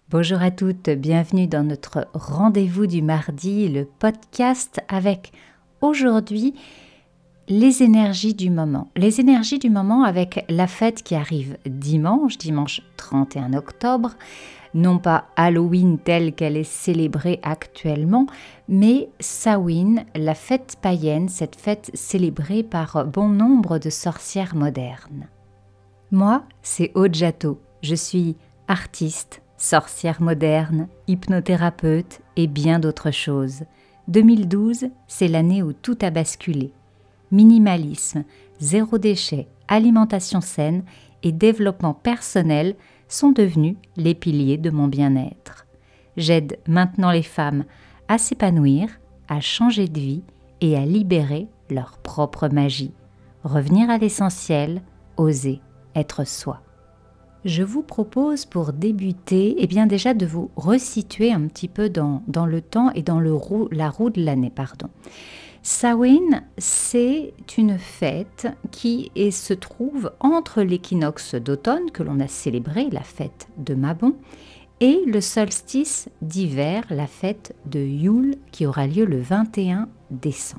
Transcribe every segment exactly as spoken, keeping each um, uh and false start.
Bonjour à toutes, bienvenue dans notre rendez-vous du mardi, le podcast avec aujourd'hui les énergies du moment. Les énergies du moment avec la fête qui arrive dimanche, dimanche trente et un octobre, non pas Halloween telle qu'elle est célébrée actuellement, mais Samhain, la fête païenne, cette fête célébrée par bon nombre de sorcières modernes. Moi, c'est Aude Jattot, je suis artiste, sorcière moderne, hypnothérapeute et bien d'autres choses. deux mille douze, c'est l'année où tout a basculé. Minimalisme, zéro déchet, alimentation saine et développement personnel sont devenus les piliers de mon bien-être. J'aide maintenant les femmes à s'épanouir, à changer de vie et à libérer leur propre magie. Revenir à l'essentiel, oser être soi. Je vous propose pour débuter, eh bien déjà de vous resituer un petit peu dans, dans le temps et dans le roue, la roue de l'année. Pardon. Samhain, c'est une fête qui est, se trouve entre l'équinoxe d'automne que l'on a célébré, la fête de Mabon, et le solstice d'hiver, la fête de Yule, qui aura lieu le vingt et un décembre.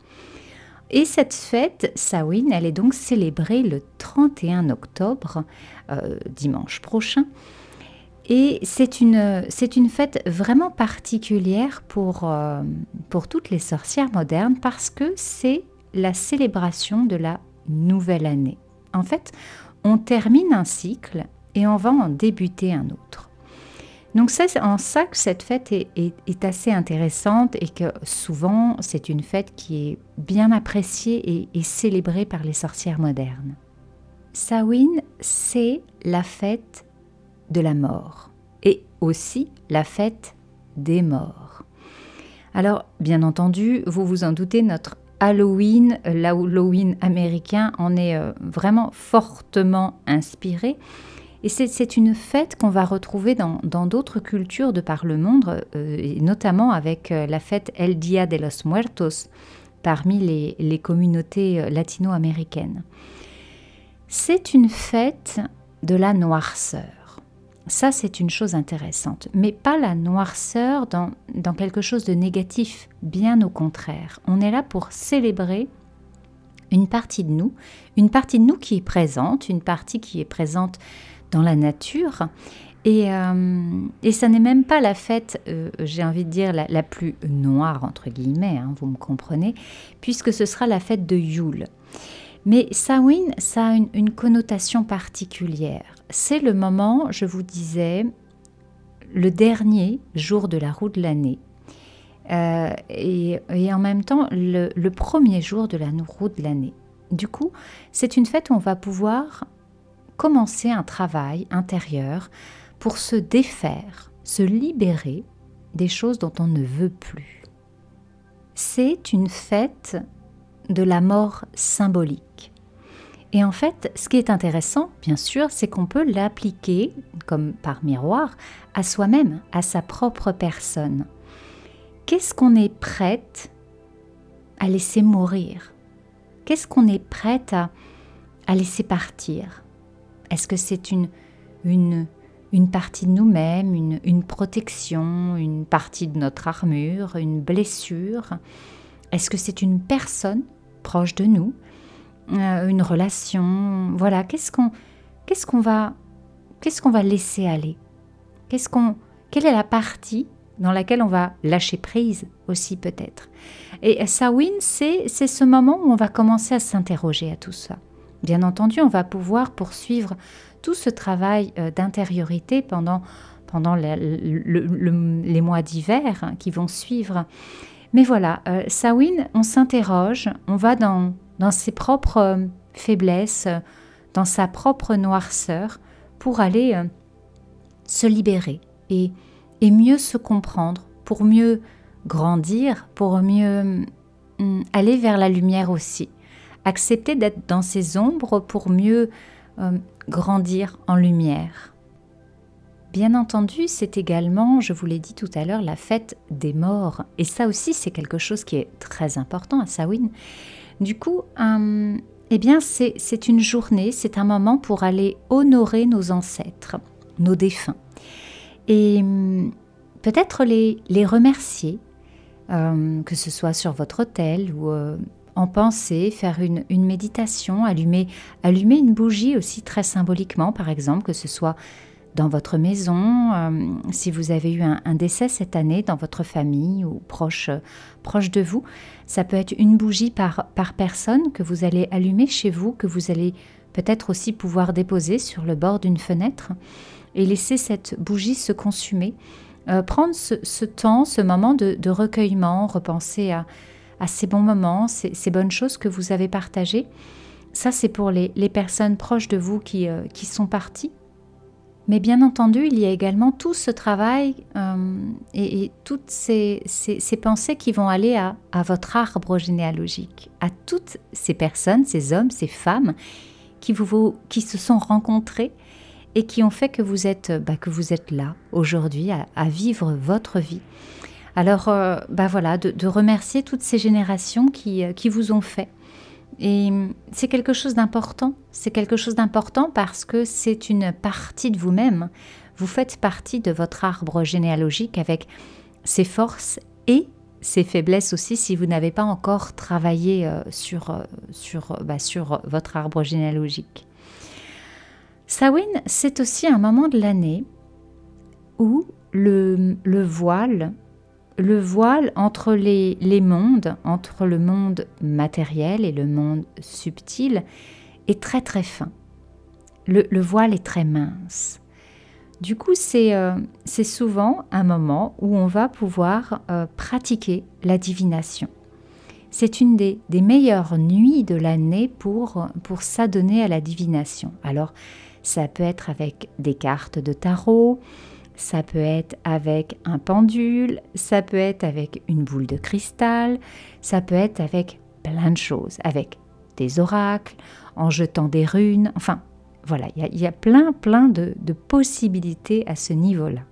Et cette fête, Samhain, elle est donc célébrée le trente et un octobre, euh, dimanche prochain. Et c'est une, c'est une fête vraiment particulière pour, euh, pour toutes les sorcières modernes parce que c'est la célébration de la nouvelle année. En fait, on termine un cycle et on va en débuter un autre. Donc c'est en ça que cette fête est, est, est assez intéressante et que souvent c'est une fête qui est bien appréciée et, et célébrée par les sorcières modernes. Samhain, c'est la fête de la mort et aussi la fête des morts. Alors bien entendu, vous vous en doutez, notre Halloween, l'Halloween américain en est vraiment fortement inspiré. Et c'est, c'est une fête qu'on va retrouver dans, dans d'autres cultures de par le monde, euh, et notamment avec euh, la fête El Día de los Muertos parmi les, les communautés latino-américaines. C'est une fête de la noirceur. Ça, c'est une chose intéressante, mais pas la noirceur dans, dans quelque chose de négatif, bien au contraire. On est là pour célébrer une partie de nous, une partie de nous qui est présente, une partie qui est présente dans la nature, et, euh, et ça n'est même pas la fête, euh, j'ai envie de dire, la, la plus noire, entre guillemets, hein, vous me comprenez, puisque ce sera la fête de Yule. Mais Samhain, ça a une, une connotation particulière. C'est le moment, je vous disais, le dernier jour de la roue de l'année, euh, et, et en même temps, le, le premier jour de la roue de l'année. Du coup, c'est une fête où on va pouvoir commencer un travail intérieur pour se défaire, se libérer des choses dont on ne veut plus. C'est une fête de la mort symbolique. Et en fait, ce qui est intéressant, bien sûr, c'est qu'on peut l'appliquer, comme par miroir, à soi-même, à sa propre personne. Qu'est-ce qu'on est prête à laisser mourir ? Qu'est-ce qu'on est prête à, à laisser partir ? Est-ce que c'est une, une, une partie de nous-mêmes, une, une protection, une partie de notre armure, une blessure ? Est-ce que c'est une personne proche de nous, euh, une relation ? Voilà, qu'est-ce qu'on, qu'est-ce qu'on va, qu'est-ce qu'on va laisser aller ? Qu'est-ce qu'on, quelle est la partie dans laquelle on va lâcher prise aussi peut-être ? Et Samhain, c'est, c'est ce moment où on va commencer à s'interroger à tout ça. Bien entendu, on va pouvoir poursuivre tout ce travail d'intériorité pendant, pendant le, le, le, les mois d'hiver hein, qui vont suivre. Mais voilà, euh, Samhain, on s'interroge, on va dans, dans ses propres faiblesses, dans sa propre noirceur pour aller euh, se libérer et, et mieux se comprendre, pour mieux grandir, pour mieux euh, aller vers la lumière aussi. Accepter d'être dans ces ombres pour mieux euh, grandir en lumière. Bien entendu, c'est également, je vous l'ai dit tout à l'heure, la fête des morts. Et ça aussi, c'est quelque chose qui est très important à Samhain. Du coup, euh, eh bien, c'est, c'est une journée, c'est un moment pour aller honorer nos ancêtres, nos défunts. et hum, peut-être les, les remercier, euh, que ce soit sur votre autel ou euh, en pensée, faire une, une méditation, allumer, allumer une bougie aussi très symboliquement, par exemple, que ce soit dans votre maison, euh, si vous avez eu un, un décès cette année dans votre famille ou proche, euh, proche de vous, ça peut être une bougie par, par personne que vous allez allumer chez vous, que vous allez peut-être aussi pouvoir déposer sur le bord d'une fenêtre et laisser cette bougie se consumer. Euh, prendre ce, ce temps, ce moment de, de recueillement, repenser à, à ces bons moments, ces, ces bonnes choses que vous avez partagées. Ça, c'est pour les, les personnes proches de vous qui, euh, qui sont parties. Mais bien entendu, il y a également tout ce travail euh, et, et toutes ces, ces, ces pensées qui vont aller à, à votre arbre généalogique, à toutes ces personnes, ces hommes, ces femmes qui, vous, vous, qui se sont rencontrés et qui ont fait que vous êtes, bah, que vous êtes là aujourd'hui à, à vivre votre vie. Alors, euh, bah voilà, de, de remercier toutes ces générations qui, qui vous ont fait. Et c'est quelque chose d'important, c'est quelque chose d'important parce que c'est une partie de vous-même. Vous faites partie de votre arbre généalogique avec ses forces et ses faiblesses aussi si vous n'avez pas encore travaillé sur, sur, bah, sur votre arbre généalogique. Samhain, c'est aussi un moment de l'année où le, le voile Le voile entre les, les mondes, entre le monde matériel et le monde subtil, est très très fin. Le, le voile est très mince. Du coup, c'est euh, c'est souvent un moment où on va pouvoir euh, pratiquer la divination. C'est une des, des meilleures nuits de l'année pour, pour s'adonner à la divination. Alors, ça peut être avec des cartes de tarot, ça peut être avec un pendule, ça peut être avec une boule de cristal, ça peut être avec plein de choses, avec des oracles, en jetant des runes, enfin voilà, il y, y a plein plein de, de possibilités à ce niveau-là.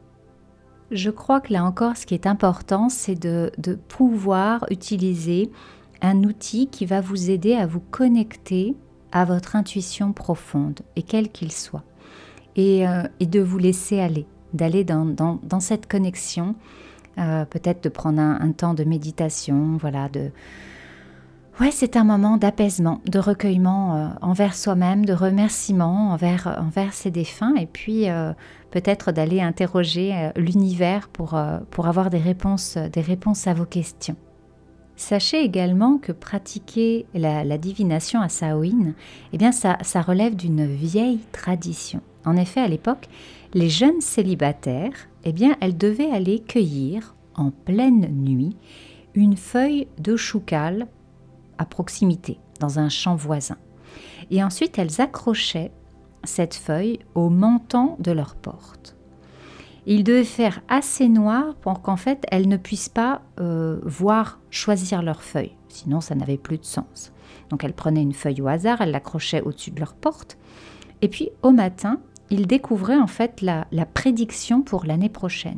Je crois que là encore, ce qui est important, c'est de, de pouvoir utiliser un outil qui va vous aider à vous connecter à votre intuition profonde, et quel qu'il soit, et, euh, et de vous laisser aller. D'aller dans, dans, dans cette connexion, euh, peut-être de prendre un, un temps de méditation, voilà, de... Ouais, c'est un moment d'apaisement, de recueillement euh, envers soi-même, de remerciement envers, envers ses défunts, et puis euh, peut-être d'aller interroger euh, l'univers pour, euh, pour avoir des réponses, des réponses à vos questions. Sachez également que pratiquer la, la divination à Samhain, eh bien ça, ça relève d'une vieille tradition. En effet, à l'époque, les jeunes célibataires, eh bien, elles devaient aller cueillir en pleine nuit une feuille de choucale à proximité, dans un champ voisin. Et ensuite, elles accrochaient cette feuille au menton de leur porte. Il devait faire assez noir pour qu'en fait, elles ne puissent pas euh, voir choisir leur feuille. Sinon, ça n'avait plus de sens. Donc, elles prenaient une feuille au hasard, elles l'accrochaient au-dessus de leur porte. Et puis, au matin, ils découvraient en fait la, la prédiction pour l'année prochaine.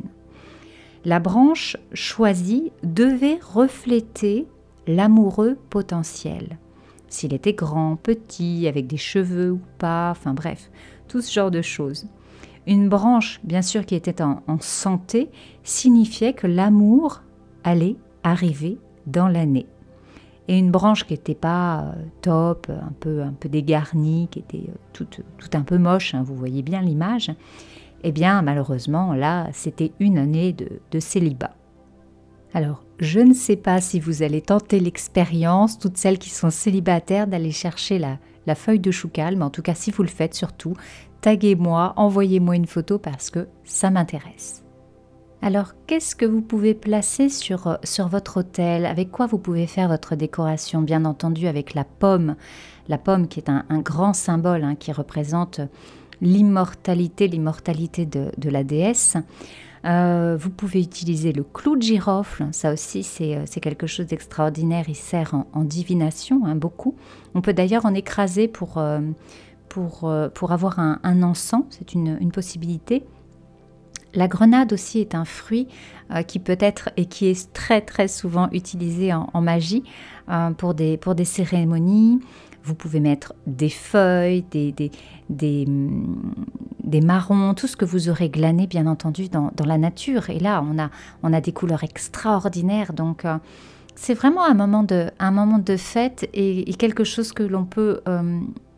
La branche choisie devait refléter l'amoureux potentiel. S'il était grand, petit, avec des cheveux ou pas, enfin bref, tout ce genre de choses. Une branche, bien sûr, qui était en, en santé, signifiait que l'amour allait arriver dans l'année. Et une branche qui n'était pas euh, top, un peu, un peu dégarnie, qui était euh, toute, toute un peu moche, hein, vous voyez bien l'image, eh bien malheureusement là c'était une année de, de célibat. Alors je ne sais pas si vous allez tenter l'expérience, toutes celles qui sont célibataires, d'aller chercher la, la feuille de choucale, mais en tout cas si vous le faites surtout, taguez-moi, envoyez-moi une photo parce que ça m'intéresse. Alors, qu'est-ce que vous pouvez placer sur, sur votre autel? Avec quoi vous pouvez faire votre décoration? Bien entendu, avec la pomme. La pomme qui est un, un grand symbole hein, qui représente l'immortalité, l'immortalité de, de la déesse. Euh, vous pouvez utiliser le clou de girofle. Ça aussi, c'est, c'est quelque chose d'extraordinaire. Il sert en, en divination, hein, beaucoup. On peut d'ailleurs en écraser pour, euh, pour, euh, pour avoir un, un encens. C'est une, une possibilité. La grenade aussi est un fruit euh, qui peut être et qui est très très souvent utilisé en, en magie euh, pour, des, pour des cérémonies. Vous pouvez mettre des feuilles, des, des, des, des marrons, tout ce que vous aurez glané bien entendu dans, dans la nature. Et là, on a, on a des couleurs extraordinaires. Donc, euh, c'est vraiment un moment de, un moment de fête et, et quelque chose que l'on peut euh,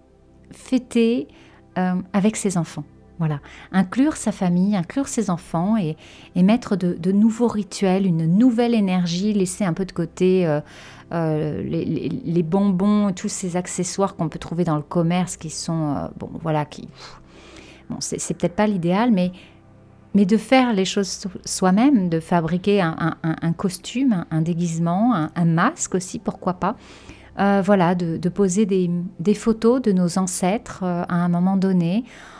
fêter euh, avec ses enfants. Voilà, inclure sa famille, inclure ses enfants et, et mettre de, de nouveaux rituels, une nouvelle énergie, laisser un peu de côté euh, euh, les, les, les bonbons, tous ces accessoires qu'on peut trouver dans le commerce qui sont, euh, bon voilà, qui, bon, c'est, c'est peut-être pas l'idéal, mais, mais de faire les choses soi-même, de fabriquer un, un, un costume, un, un déguisement, un, un masque aussi, pourquoi pas. Euh, voilà, de, de poser des, des photos de nos ancêtres euh, à un moment donné.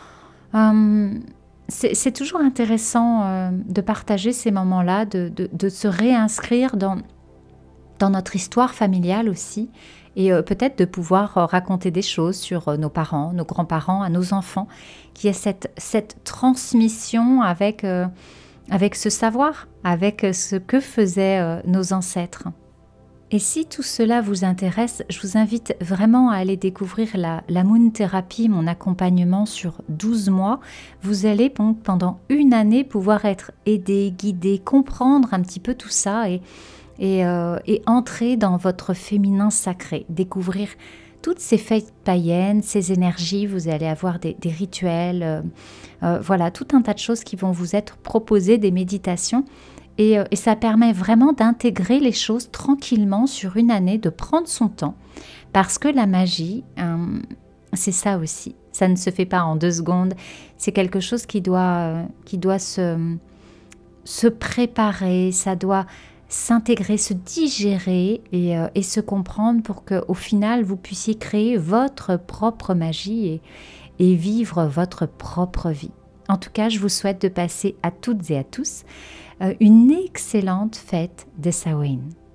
Euh, c'est, c'est toujours intéressant euh, de partager ces moments-là, de, de, de se réinscrire dans, dans notre histoire familiale aussi, et euh, peut-être de pouvoir euh, raconter des choses sur euh, nos parents, nos grands-parents, à nos enfants, qui ait cette, cette transmission avec, euh, avec ce savoir, avec ce que faisaient euh, nos ancêtres. Et si tout cela vous intéresse, je vous invite vraiment à aller découvrir la, la Moon Therapy, mon accompagnement sur douze mois. Vous allez donc pendant une année pouvoir être aidé, guidé, comprendre un petit peu tout ça et, et, euh, et entrer dans votre féminin sacré, découvrir toutes ces fêtes païennes, ces énergies. Vous allez avoir des, des rituels, euh, euh, voilà, tout un tas de choses qui vont vous être proposées, des méditations. Et, et ça permet vraiment d'intégrer les choses tranquillement sur une année, de prendre son temps. Parce que la magie, euh, c'est ça aussi. Ça ne se fait pas en deux secondes. C'est quelque chose qui doit, euh, qui doit se, se préparer, ça doit s'intégrer, se digérer et, euh, et se comprendre pour qu'au final, vous puissiez créer votre propre magie et, et vivre votre propre vie. En tout cas, je vous souhaite de passer à toutes et à tous une excellente fête de Samhain.